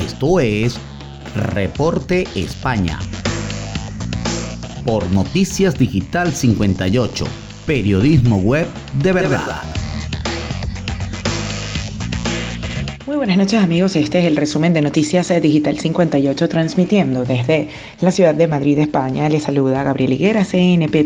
Esto es Reporte España. Por Noticias Digital 58, periodismo web de verdad. Muy buenas noches, amigos, este es el resumen de Noticias Digital 58, transmitiendo desde la ciudad de Madrid, España. Les saluda Gabriel Higuera, CNP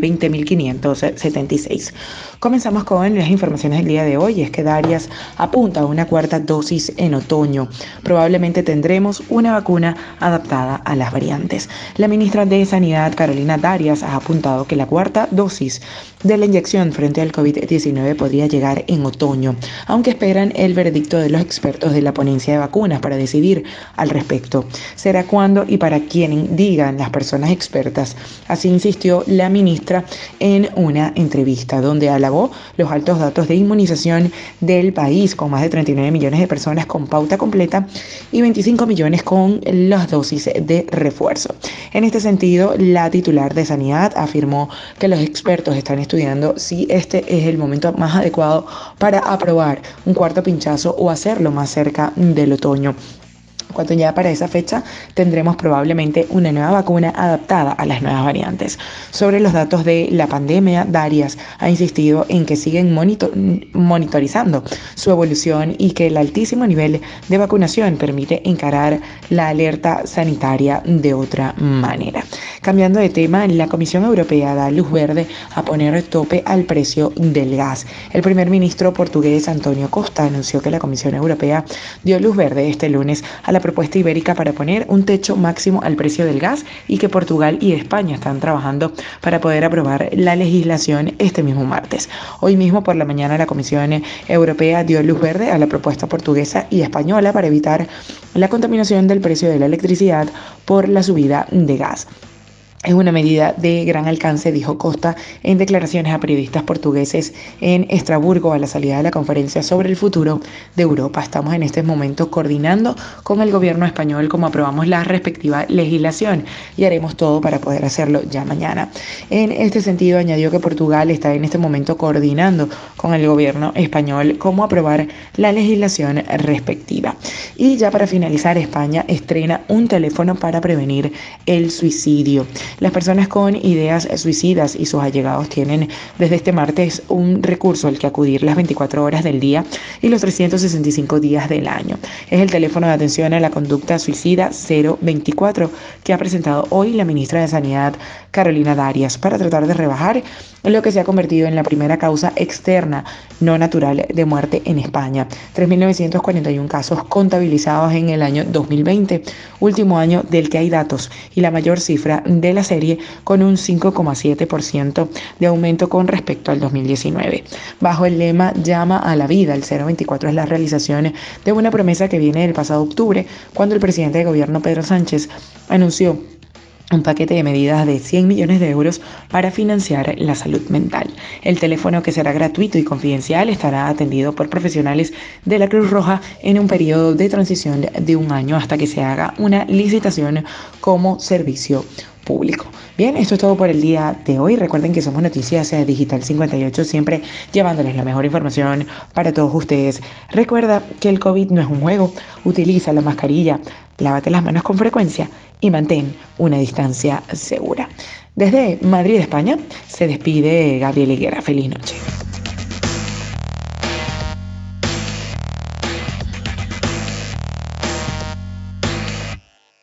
20576. Comenzamos con las informaciones del día de hoy. Es que Darias apunta a una cuarta dosis en otoño. Probablemente tendremos una vacuna adaptada a las variantes. La ministra de Sanidad, Carolina Darias, ha apuntado que la cuarta dosis de la inyección frente al COVID-19 podría llegar en otoño, aunque esperan el veredicto de los expertos de la ponencia de vacunas para decidir al respecto. Será cuando y para quien digan las personas expertas. Así insistió la ministra en una entrevista donde alabó los altos datos de inmunización del país, con más de 39 millones de personas con pauta completa y 25 millones con las dosis de refuerzo. En este sentido, la titular de Sanidad afirmó que los expertos están estudiando si este es el momento más adecuado para aprobar un cuarto pinchazo o hacerlo más cerca del otoño, cuando ya para esa fecha tendremos probablemente una nueva vacuna adaptada a las nuevas variantes. Sobre los datos de la pandemia, Darias ha insistido en que siguen monitorizando su evolución y que el altísimo nivel de vacunación permite encarar la alerta sanitaria de otra manera. Cambiando de tema, la Comisión Europea da luz verde a poner tope al precio del gas. El primer ministro portugués António Costa anunció que la Comisión Europea dio luz verde este lunes a la propuesta ibérica para poner un techo máximo al precio del gas y que Portugal y España están trabajando para poder aprobar la legislación este mismo martes. Hoy mismo por la mañana la Comisión Europea dio luz verde a la propuesta portuguesa y española para evitar la contaminación del precio de la electricidad por la subida de gas. Es una medida de gran alcance, dijo Costa en declaraciones a periodistas portugueses en Estrasburgo a la salida de la conferencia sobre el futuro de Europa. Estamos en este momento coordinando con el gobierno español cómo aprobamos la respectiva legislación y haremos todo para poder hacerlo ya mañana. En este sentido, añadió que Portugal está en este momento coordinando con el gobierno español cómo aprobar la legislación respectiva. Y ya para finalizar, España estrena un teléfono para prevenir el suicidio. Las personas con ideas suicidas y sus allegados tienen desde este martes un recurso al que acudir las 24 horas del día y los 365 días del año. Es el teléfono de atención a la conducta suicida 024 que ha presentado hoy la ministra de Sanidad, Carolina Darias, para tratar de rebajar lo que se ha convertido en la primera causa externa no natural de muerte en España. 3.941 casos contabilizados en el año 2020, último año del que hay datos y la mayor cifra de la serie, con un 5,7% de aumento con respecto al 2019. Bajo el lema Llama a la vida, el 024 es la realización de una promesa que viene del pasado octubre, cuando el presidente de gobierno Pedro Sánchez anunció un paquete de medidas de 100 millones de euros para financiar la salud mental. El teléfono, que será gratuito y confidencial, estará atendido por profesionales de la Cruz Roja en un periodo de transición de un año hasta que se haga una licitación como servicio público. Bien, esto es todo por el día de hoy. Recuerden que somos Noticias Digital 58, siempre llevándoles la mejor información para todos ustedes. Recuerda que el COVID no es un juego. Utiliza la mascarilla, lávate las manos con frecuencia y mantén una distancia segura. Desde Madrid, España, se despide Gabriel Higuera. Feliz noche.